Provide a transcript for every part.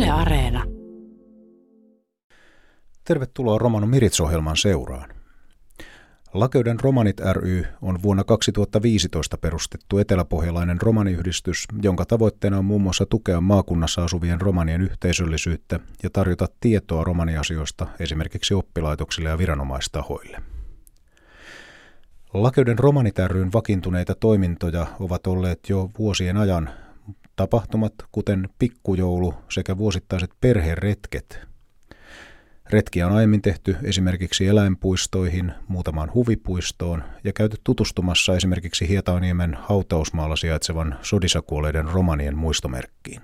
Yle Areena. Tervetuloa Romano Mirits-ohjelman seuraan. Lakeuden romanit ry on vuonna 2015 perustettu eteläpohjalainen romaniyhdistys, jonka tavoitteena on muun muassa tukea maakunnassa asuvien romanien yhteisöllisyyttä ja tarjota tietoa romaniasioista esimerkiksi oppilaitoksille ja viranomaistahoille. Lakeuden romanit ry:n vakiintuneita toimintoja ovat olleet jo vuosien ajan tapahtumat, kuten pikkujoulu sekä vuosittaiset perheretket. Retkiä on aiemmin tehty esimerkiksi eläinpuistoihin, muutamaan huvipuistoon ja käyty tutustumassa esimerkiksi Hietaniemen hautausmaalla sijaitsevan sodissa kuolleiden romanien muistomerkkiin.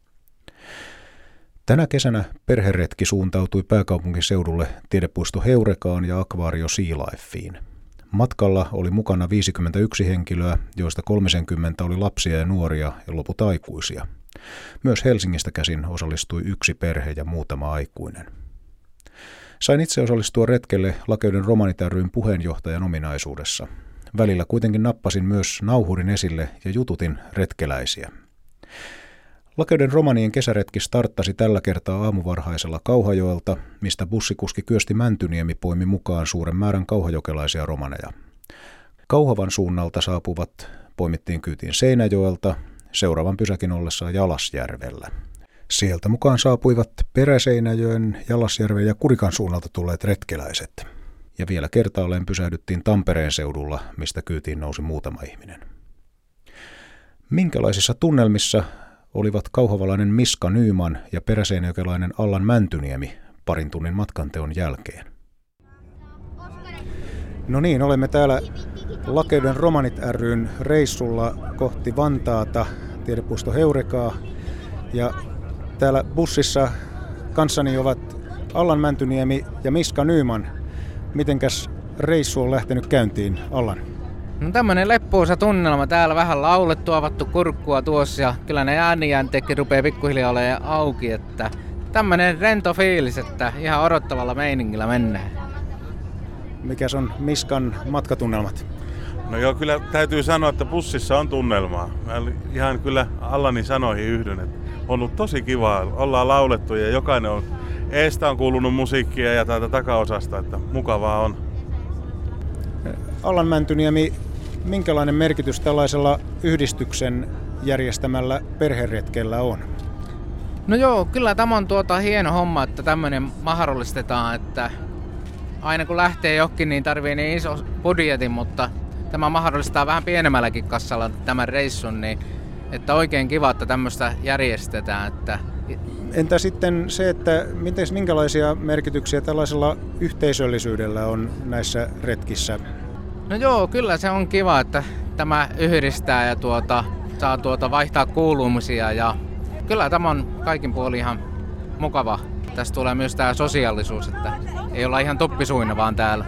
Tänä kesänä perheretki suuntautui pääkaupunkiseudulle tiedepuisto Heurekaan ja akvaario Sea Lifeen. Matkalla oli mukana 51 henkilöä, joista 30 oli lapsia ja nuoria ja loput aikuisia. Myös Helsingistä käsin osallistui yksi perhe ja muutama aikuinen. Sain itse osallistua retkelle Lakeuden romanit ry:n puheenjohtajan ominaisuudessa. Välillä kuitenkin nappasin myös nauhurin esille ja jututin retkeläisiä. Lakeuden romanien kesäretki starttasi tällä kertaa aamuvarhaisella Kauhajoelta, mistä bussikuski Kyösti Mäntyniemi poimi mukaan suuren määrän kauhajokelaisia romaneja. Kauhavan suunnalta saapuvat poimittiin kyytiin Seinäjoelta, seuraavan pysäkin ollessaan Jalasjärvellä. Sieltä mukaan saapuivat Peräseinäjoen, Jalasjärven ja Kurikan suunnalta tulleet retkeläiset. Ja vielä kertaalleen pysähdyttiin Tampereen seudulla, mistä kyytiin nousi muutama ihminen. Minkälaisissa tunnelmissa olivat kauhavalainen Miska Nyman ja peräseinäjokelainen Allan Mäntyniemi parin tunnin matkanteon jälkeen? No niin, olemme täällä Lakeuden romanit ry:n reissulla kohti Vantaata, tiedepuisto Heurekaa. Ja täällä bussissa kanssani ovat Allan Mäntyniemi ja Miska Nyman. Mitenkäs reissu on lähtenyt käyntiin, Allan? No tämmönen leppuisa tunnelma. Täällä vähän laulettu, avattu kurkkua tuossa ja kyllä ne äänijänteetkin rupeaa pikkuhiljaa olemaan auki. Että tämmönen rento fiilis, että ihan odottavalla meiningillä mennään. Mikäs on Miskan matkatunnelmat? No joo, kyllä täytyy sanoa, että bussissa on tunnelmaa. Mä ihan kyllä Allani sanoihin yhdyn, että on ollut tosi kivaa. Ollaan laulettu ja jokainen on eestä on kuulunut musiikkia ja täältä takaosasta, että mukavaa on. Allan Mäntyniemi, minkälainen merkitys tällaisella yhdistyksen järjestämällä perheretkellä on? No joo, kyllä tämä on hieno homma, että tämmöinen mahdollistetaan, että aina kun lähtee johonkin, niin tarvii niin iso budjetin, mutta tämä mahdollistaa vähän pienemmälläkin kassalla tämän reissun, niin että oikein kiva, että tämmöistä järjestetään. Että entä sitten se, että minkälaisia merkityksiä tällaisella yhteisöllisyydellä on näissä retkissä? No joo, kyllä se on kiva, että tämä yhdistää ja saa vaihtaa kuulumisia ja kyllä tämä on kaikin puolin ihan mukava. Tästä tulee myös tämä sosiaalisuus, että ei olla ihan tuppisuina vaan täällä.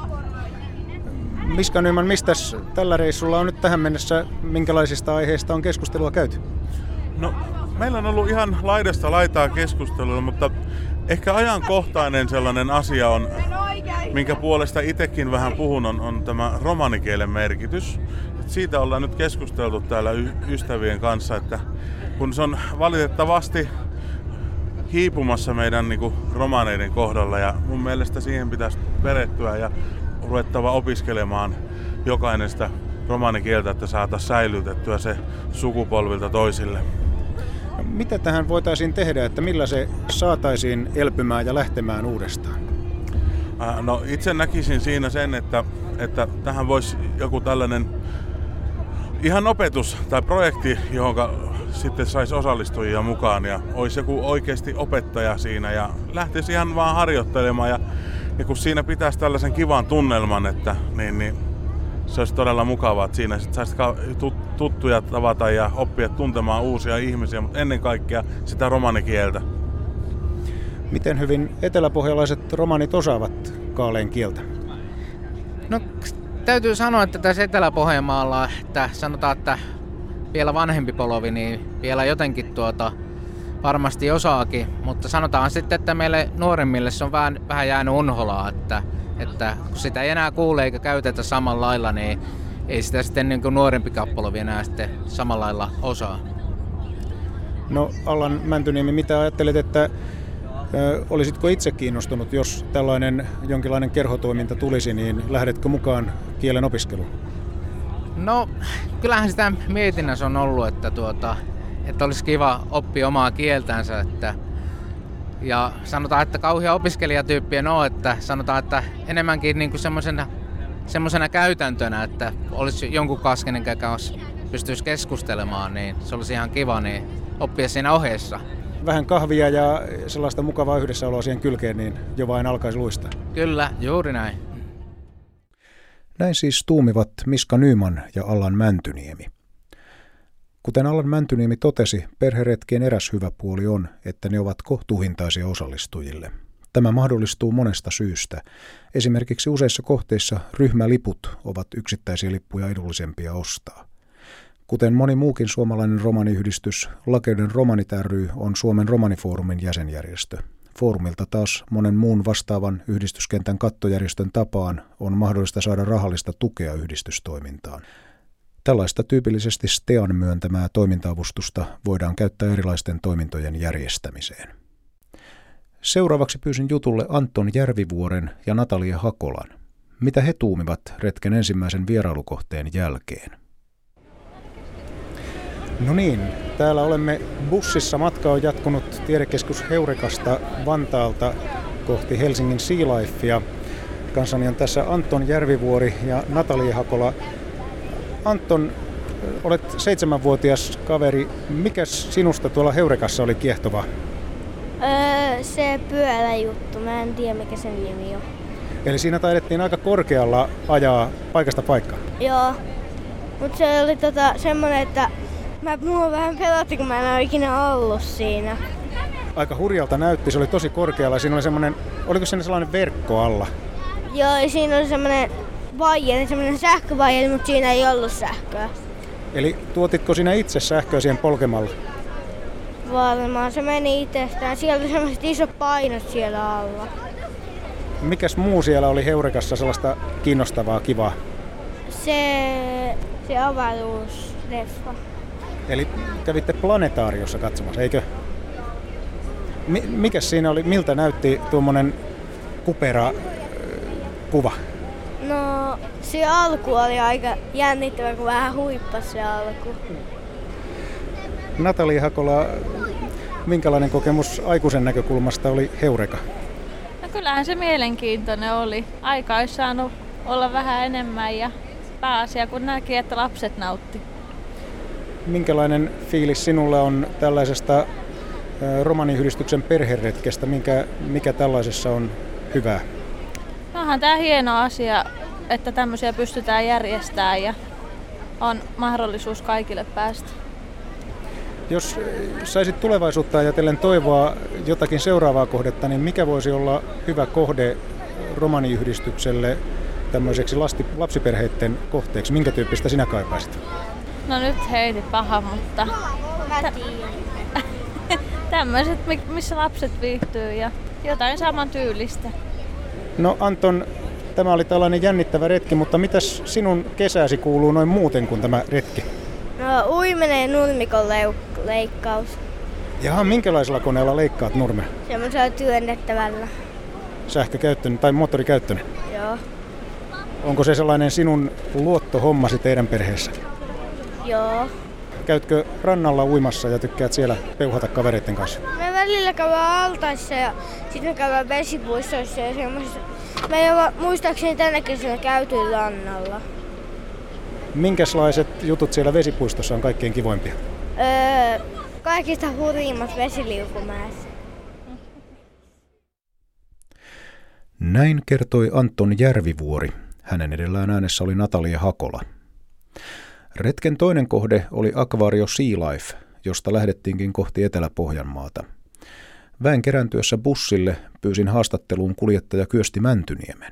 Miska Nyman, mistäs tällä reissulla on nyt tähän mennessä, minkälaisista aiheista on keskustelua käyty? No, meillä on ollut ihan laidasta laitaa keskustelua, mutta ehkä ajankohtainen sellainen asia on, minkä puolesta itsekin vähän puhun, on tämä romanikielen merkitys. Siitä ollaan nyt keskusteltu täällä ystävien kanssa, että kun se on valitettavasti hiipumassa meidän romaneiden kohdalla ja mun mielestä siihen pitäisi perehtyä ja ruvettava opiskelemaan jokainen sitä romanikieltä, että saataisiin säilytettyä se sukupolvilta toisille. Mitä tähän voitaisiin tehdä, että millä se saataisiin elpymään ja lähtemään uudestaan? No itse näkisin siinä sen, että tähän voisi joku tällainen ihan opetus tai projekti, johon sitten saisi osallistujia mukaan ja olisi joku oikeasti opettaja siinä ja lähtisi ihan vaan harjoittelemaan ja kun siinä pitäisi tällaisen kivan tunnelman, että niin se olisi todella mukavaa, että siinä saisi tuttuja tavata ja oppia tuntemaan uusia ihmisiä, mutta ennen kaikkea sitä romanikieltä. Miten hyvin eteläpohjalaiset romanit osaavat kaaleen kieltä? No täytyy sanoa, että tässä Etelä-Pohjanmaalla, että sanotaan, että vielä vanhempi polvi, niin vielä jotenkin varmasti osaakin, mutta sanotaan sitten, että meille nuoremmille se on vähän jäänyt unholaa, että kun sitä ei enää kuule eikä käytetä samalla lailla, niin ei sitä sitten niin kuin nuorempi polvi enää sitten samalla lailla osaa. No Allan Mäntyniemi, mitä ajattelet, että olisitko itse kiinnostunut, jos tällainen jonkinlainen kerhotoiminta tulisi, niin lähdetkö mukaan kielen opiskeluun? No, kyllähän sitä mietinnässä on ollut, että olisi kiva oppia omaa kieltänsä. Ja sanotaan, että kauhea opiskelijatyyppi en ole, että sanotaan, että enemmänkin niin kuin semmoisena käytäntönä, että olisi jonkun kanssa, kenen kanssa pystyisi keskustelemaan, niin se olisi ihan kiva niin oppia siinä ohessa. Vähän kahvia ja sellaista mukavaa yhdessäoloa siihen kylkeen, niin jo vain alkaisi luistaa. Kyllä, juuri näin. Näin siis tuumivat Miska Nyman ja Allan Mäntyniemi. Kuten Allan Mäntyniemi totesi, perheretkien eräs hyvä puoli on, että ne ovat kohtuuhintaisia osallistujille. Tämä mahdollistuu monesta syystä. Esimerkiksi useissa kohteissa ryhmäliput ovat yksittäisiä lippuja edullisempia ostaa. Kuten moni muukin suomalainen romaniyhdistys, Lakeuden Romanit ry on Suomen romanifoorumin jäsenjärjestö. Foorumilta taas monen muun vastaavan yhdistyskentän kattojärjestön tapaan on mahdollista saada rahallista tukea yhdistystoimintaan. Tällaista tyypillisesti STEAn myöntämää toiminta-avustusta voidaan käyttää erilaisten toimintojen järjestämiseen. Seuraavaksi pyysin jutulle Anton Järvivuoren ja Natalia Hakolan. Mitä he tuumivat retken ensimmäisen vierailukohteen jälkeen? No niin, täällä olemme bussissa. Matka on jatkunut tiedekeskus Heurekasta Vantaalta kohti Helsingin Sea Lifea. Kanssani on tässä Anton Järvivuori ja Natalia Hakola. Anton, olet 7-vuotias kaveri. Mikäs sinusta tuolla Heurekassa oli kiehtovaa? Se pyöräjuttu. Mä en tiedä mikä sen nimi on. Eli siinä taidettiin aika korkealla ajaa paikasta paikkaan? Joo, mutta se oli semmonen, että mua vähän pelotti, kun mä en ole ikinä ollut siinä. Aika hurjalta näytti, se oli tosi korkealla. Siinä oli semmoinen, oliko siinä sellainen verkko alla? Joo, siinä oli semmoinen vaieri, semmoinen sähkövaieri, mutta siinä ei ollut sähköä. Eli tuotitko sinä itse sähköä siihen polkemalla? Varmaan se meni itsestään. Siellä oli semmoiset isot painot siellä alla. Mikäs muu siellä oli Heurekassa sellaista kiinnostavaa, kivaa? Se avaruusleffa. Eli kävitte planetaariossa katsomassa, eikö? Mikäs siinä oli, miltä näytti tuommoinen kupera kuva? No, se alku oli aika jännittävä, kun vähän huippasi se alku. Natalia Hakola, minkälainen kokemus aikuisen näkökulmasta oli Heureka? No kyllähän se mielenkiintoinen oli. Aika olisi saanut olla vähän enemmän ja pääasia kun näki, että lapset nautti. Minkälainen fiilis sinulla on tällaisesta romaniyhdistyksen perheretkestä? Mikä tällaisessa on hyvää? Onhan tämä hieno asia, että tämmöisiä pystytään järjestämään ja on mahdollisuus kaikille päästä. Jos saisit tulevaisuutta ajatellen toivoa jotakin seuraavaa kohdetta, niin mikä voisi olla hyvä kohde romaniyhdistykselle tämmöiseksi lapsiperheiden kohteeksi? Minkä tyyppistä sinä kaipaisit? No nyt heitit paha, mutta tämmöiset, missä lapset viihtyy ja jotain saman tyylistä. No Anton, tämä oli tällainen jännittävä retki, mutta mitäs sinun kesäsi kuuluu noin muuten kuin tämä retki? No uiminen ja nurmikon leikkaus. Jaha, minkälaisella koneella leikkaat nurmea? Semmoisella työnnettävällä. Sähkökäyttöinen tai moottorikäyttöinen? Joo. Onko se sellainen sinun luottohommasi teidän perheessä? Joo. Käytkö rannalla uimassa ja tykkäät siellä peuhata kavereiden kanssa? Me välillä käydään altaissa ja sitten me käydään vesipuistoissa ja semmoisissa. Me ei ole muistaakseni tänä kesänä käyty rannalla. Minkäslaiset jutut siellä vesipuistossa on kaikkein kivoimpia? Kaikista hurjimmat vesiliukumäät. Näin kertoi Anton Järvivuori. Hänen edellään äänessä oli Natalia Hakola. Retken toinen kohde oli Akvaario Sea Life, josta lähdettiinkin kohti Etelä-Pohjanmaata. Väen kerääntyessä bussille pyysin haastatteluun kuljettaja Kyösti Mäntyniemen.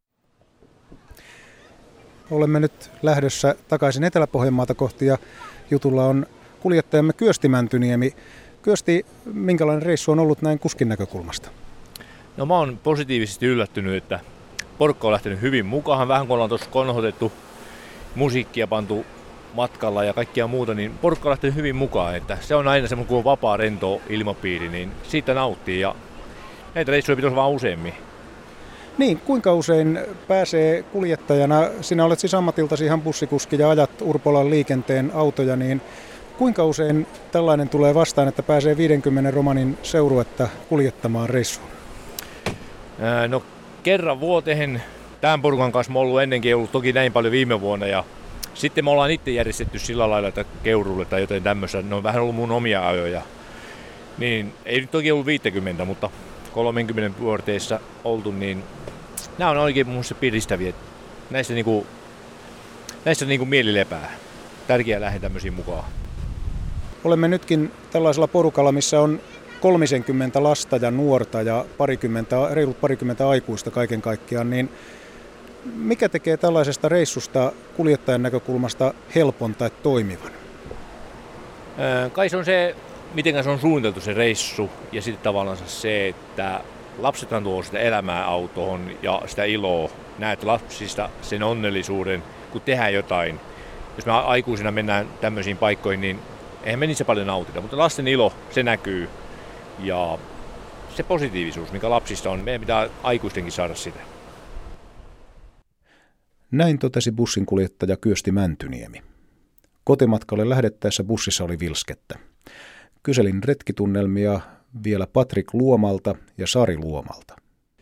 Olemme nyt lähdössä takaisin Etelä-Pohjanmaata kohti ja jutulla on kuljettajamme Kyösti Mäntyniemi. Kyösti, minkälainen reissu on ollut näin kuskin näkökulmasta? No mä oon positiivisesti yllättynyt, että porukka on lähtenyt hyvin mukaan. Vähän kun ollaan tuossa konhotettu musiikkia pantu matkalla ja kaikkia muuta, niin porukka lähtee hyvin mukaan. Että se on aina semmoinen, kun on vapaa, rento ilmapiiri, niin siitä nauttii ja näitä reissuja pitäisi vaan useammin. Niin, kuinka usein pääsee kuljettajana, sinä olet siis ammatiltasi ihan bussikuski ja ajat Urpolan liikenteen autoja, niin kuinka usein tällainen tulee vastaan, että pääsee 50 romanin seuruetta kuljettamaan reissuun? No kerran vuoteen tämän porukan kanssa me ollut ennenkin ollut toki näin paljon viime vuonna ja sitten me ollaan itse järjestetty sillä lailla, että Keurulle tai jotain tämmöistä, ne on vähän ollut mun omia ajoja. Niin ei nyt toki ollut 50, mutta 30 vuorteissa oltu, niin nämä on oikein mun mielestä piristäviä. Näistä mieli lepää. Tärkeää lähteä tämmöisiin mukaan. Olemme nytkin tällaisella porukalla, missä on 30 lasta ja nuorta ja reilut parikymmentä aikuista kaiken kaikkiaan, niin mikä tekee tällaisesta reissusta kuljettajan näkökulmasta helpon tai toimivan? Kai se on se, miten se on suunniteltu se reissu ja sitten tavallaan se, että lapsethan tuo sitä elämää autoon ja sitä iloa. Näet lapsista sen onnellisuuden, kun tehdään jotain. Jos me aikuisina mennään tämmöisiin paikkoihin, niin eihän me niissä paljon nautita, mutta lasten ilo, se näkyy. Ja se positiivisuus, mikä lapsista on, meidän pitää aikuistenkin saada sitä. Näin totesi bussinkuljettaja Kyösti Mäntyniemi. Kotimatkalle lähdettäessä bussissa oli vilskettä. Kyselin retkitunnelmia vielä Patrik Luomalta ja Sari Luomalta.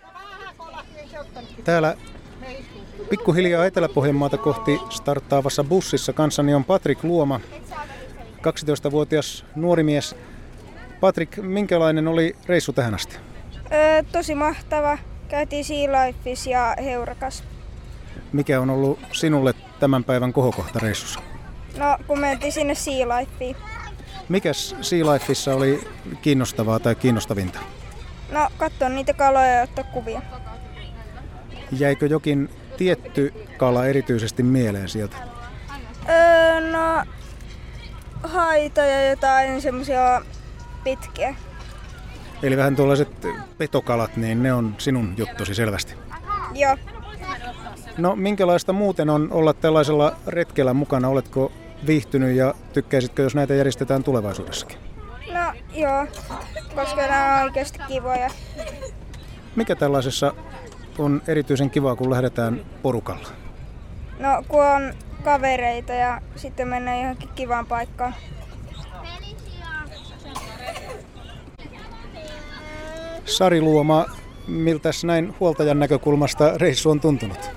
Täällä pikkuhiljaa Etelä-Pohjanmaata kohti starttaavassa bussissa kanssani on Patrik Luoma, 12-vuotias nuori mies. Patrik, minkälainen oli reissu tähän asti? Tosi mahtava. Käytiin Sea Lifeissa ja Heurakas. Mikä on ollut sinulle tämän päivän kohokohta reissussa? No, kun mentiin sinne Sea Lifeen. Mikäs Sea Lifeissa oli kiinnostavaa tai kiinnostavinta? No, katsoa niitä kaloja ja ottaa kuvia. Jäikö jokin tietty kala erityisesti mieleen sieltä? No, haita ja jotain semmoisia pitkiä. Eli vähän tuollaiset petokalat, niin ne on sinun juttusi selvästi. Joo. No, minkälaista muuten on olla tällaisella retkellä mukana? Oletko viihtynyt ja tykkäisitkö, jos näitä järjestetään tulevaisuudessakin? No joo, koska nämä on oikeasti kivoja. Mikä tällaisessa on erityisen kivaa, kun lähdetään porukalla? No, kun on kavereita ja sitten mennään johonkin kivaan paikkaan. Sari Luoma, miltäs näin huoltajan näkökulmasta reissu on tuntunut?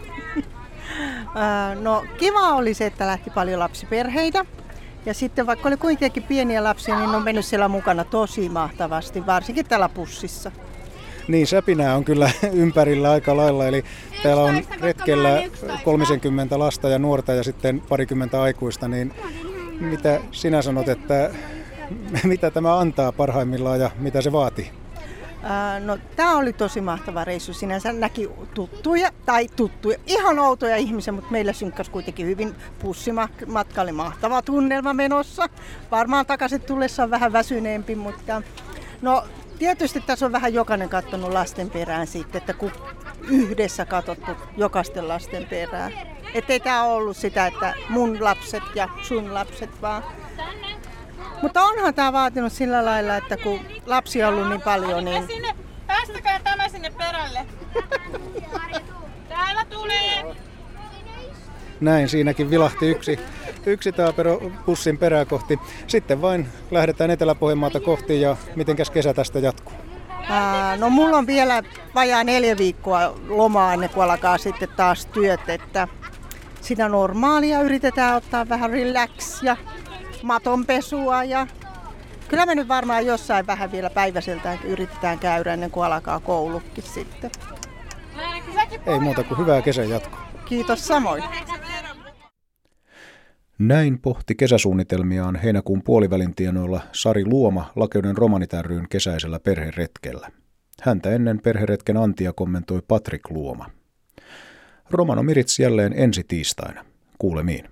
No kiva oli se, että lähti paljon lapsiperheitä. Ja sitten vaikka oli kuitenkin pieniä lapsia, niin on mennyt siellä mukana tosi mahtavasti, varsinkin täällä bussissa. Niin, säpinää on kyllä ympärillä aika lailla, eli täällä on retkellä 30 lasta ja nuorta ja sitten parikymmentä aikuista, niin mitä sinä sanot, että mitä tämä antaa parhaimmillaan ja mitä se vaatii? No, tämä oli tosi mahtava reissu. Sinänsä näki tuttuja, ihan outoja ihmisiä, mutta meillä synkkasi kuitenkin hyvin. Bussimatka oli mahtava tunnelma menossa. Varmaan takaisin tullessa on vähän väsyneempi, mutta no, tietysti tässä on vähän jokainen katsonut lasten perään sitten, että kun yhdessä katsottu jokaisten lasten perään. Että ei tämä ollut sitä, että mun lapset ja sun lapset vaan. Mutta onhan tämä vaatinut sillä lailla, että kun lapsia on ollut niin paljon, niin... Päästäkää tämä sinne perälle. Täällä tulee. Näin, siinäkin vilahti yksi taapero bussin perää kohti. Sitten vain lähdetään Etelä-Pohjanmaata kohti ja mitenkäs kesä tästä jatkuu? No mulla on vielä vajaa 4 viikkoa lomaa ennen kuin alkaa sitten taas työt, että sitä normaalia yritetään ottaa vähän relax ja matonpesua ja kyllä me nyt varmaan jossain vähän vielä päiväseltään yritetään käydä ennen kuin alkaa koulukin sitten. Ei muuta kuin hyvää kesän jatkoa. Kiitos samoin. Näin pohti kesäsuunnitelmiaan heinäkuun puolivälin tienoilla Sari Luoma Lakeuden Romanit ry:n kesäisellä perheretkellä. Häntä ennen perheretken antia kommentoi Patrik Luoma. Romano Mirits jälleen ensi tiistaina. Kuulemiin.